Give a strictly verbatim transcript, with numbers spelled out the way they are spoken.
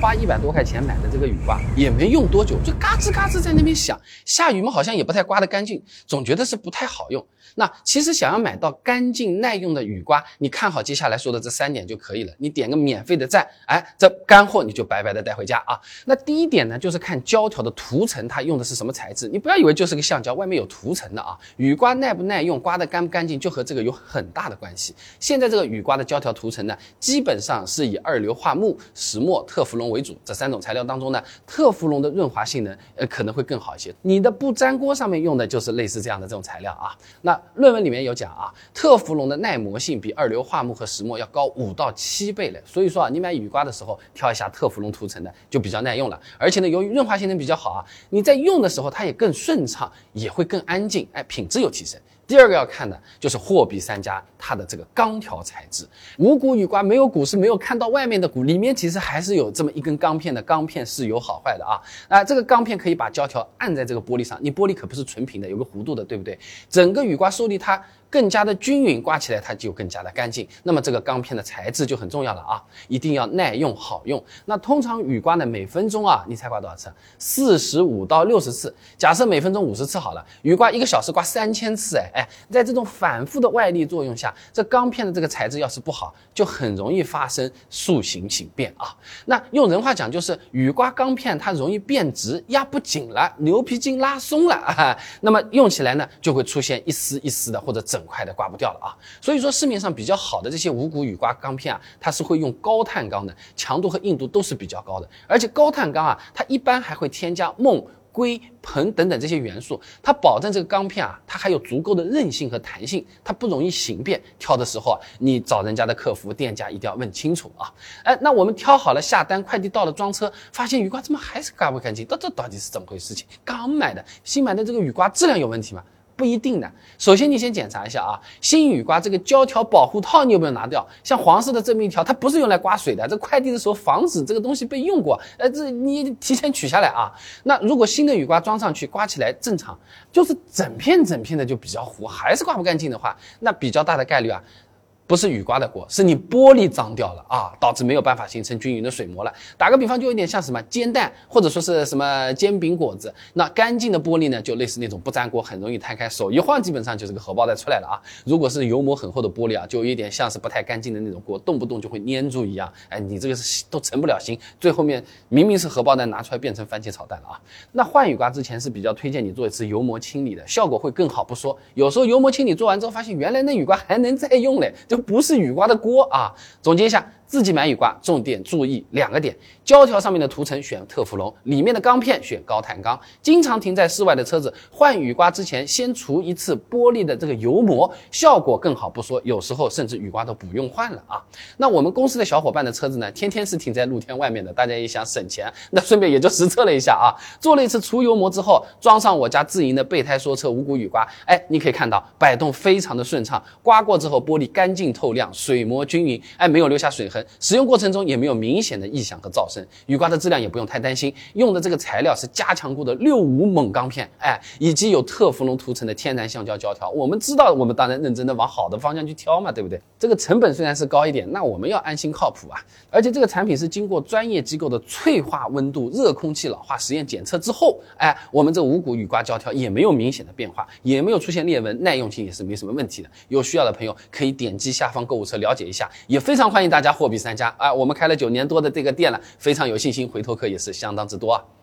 花一百多块钱买的这个雨刮也没用多久，就嘎吱嘎吱在那边响，下雨嘛好像也不太刮得干净，总觉得是不太好用。那其实想要买到干净耐用的雨刮，你看好接下来说的这三点就可以了。你点个免费的赞，哎，这干货你就白白的带回家啊。那第一点呢，就是看胶条的涂层，它用的是什么材质。你不要以为就是个橡胶，外面有涂层的啊。雨刮耐不耐用，刮得干不干净，就和这个有很大的关系。现在这个雨刮的胶条涂层呢，基本上是以二硫化钼、石墨、特氟龙为主。这三种材料当中呢，特氟龙的润滑性能呃可能会更好一些。你的不粘锅上面用的就是类似这样的这种材料啊。那论文里面有讲啊，特氟龙的耐磨性比二硫化钼和石墨要高五到七倍嘞。所以说啊，你买雨刮的时候挑一下特氟龙涂层的就比较耐用了。而且呢，由于润滑性能比较好啊，你在用的时候它也更顺畅，也会更安静，哎，品质有提升。第二个要看的就是货比三家它的这个钢条材质。无骨雨刮没有骨是没有看到外面的骨，里面其实还是有这么一根钢片的，钢片是有好坏的啊。啊，这个钢片可以把胶条按在这个玻璃上，你玻璃可不是纯平的，有个弧度的，对不对？整个雨刮受力它更加的均匀，刮起来它就更加的干净。那么这个钢片的材质就很重要了啊，一定要耐用好用。那通常雨刮呢，每分钟啊，你猜刮多少次？四十五到六十次。假设每分钟五十次好了，雨刮一个小时刮三千次，哎哎，在这种反复的外力作用下，这钢片的这个材质要是不好，就很容易发生塑形形变啊。那用人话讲就是雨刮钢片它容易变直，压不紧了，牛皮筋拉松了啊。那么用起来呢，就会出现一丝一丝的或者整块的刮不掉了啊。所以说市面上比较好的这些无骨雨刮钢片啊，它是会用高碳钢的，强度和硬度都是比较高的。而且高碳钢啊，它一般还会添加锰、硅、硼等等这些元素，它保证这个钢片啊，它还有足够的韧性和弹性，它不容易形变。挑的时候啊，你找人家的客服店家一定要问清楚啊。哎，那我们挑好了下单，快递到了装车，发现雨刮怎么还是刮不干净？这这到底是怎么回事情？刚买的新买的这个雨刮质量有问题吗？不一定的。首先你先检查一下啊，新雨刮这个胶条保护套你有没有拿掉？像黄色的这么一条，它不是用来刮水的，这快递的时候防止这个东西被用过，呃，这你提前取下来啊。那如果新的雨刮装上去，刮起来正常，就是整片整片的就比较糊，还是刮不干净的话，那比较大的概率啊，不是雨刮的锅，是你玻璃脏掉了啊，导致没有办法形成均匀的水膜了。打个比方，就有点像什么煎蛋，或者说是什么煎饼果子。那干净的玻璃呢，就类似那种不粘锅，很容易摊开，手一晃基本上就是个荷包蛋出来了啊。如果是油膜很厚的玻璃啊，就有点像是不太干净的那种锅，动不动就会粘住一样。哎，你这个是都成不了型，最后面明明是荷包蛋，拿出来变成番茄炒蛋了啊。那换雨刮之前是比较推荐你做一次油膜清理的，效果会更好不说。有时候油膜清理做完之后，发现原来那雨刮还能再用嘞，就不是雨刮的锅啊。总结一下，自己买雨刮重点注意两个点：胶条上面的涂层选特氟龙，里面的钢片选高碳钢。经常停在室外的车子，换雨刮之前先除一次玻璃的这个油膜，效果更好不说，有时候甚至雨刮都不用换了啊。那我们公司的小伙伴的车子呢，天天是停在露天外面的，大家也想省钱，那顺便也就实测了一下啊。做了一次除油膜之后，装上我家自营的备胎说车无骨雨刮，哎，你可以看到摆动非常的顺畅，刮过之后玻璃干净透亮，水膜均匀，哎，没有留下水痕，使用过程中也没有明显的异响和噪声。雨刮的质量也不用太担心，用的这个材料是加强过的六五锰钢片，哎，以及有特氟龙涂层的天然橡胶胶条。我们知道，我们当然认真的往好的方向去挑嘛，对不对？这个成本虽然是高一点，那我们要安心靠谱啊。而且这个产品是经过专业机构的淬化温度、热空气老化实验检测之后，哎，我们这无骨雨刮胶条也没有明显的变化，也没有出现裂纹，耐用性也是没什么问题的。有需要的朋友可以点击下方购物车了解一下，也非常欢迎大家货比三家啊！我们开了九年多的这个店了，非常有信心，回头客也是相当之多啊。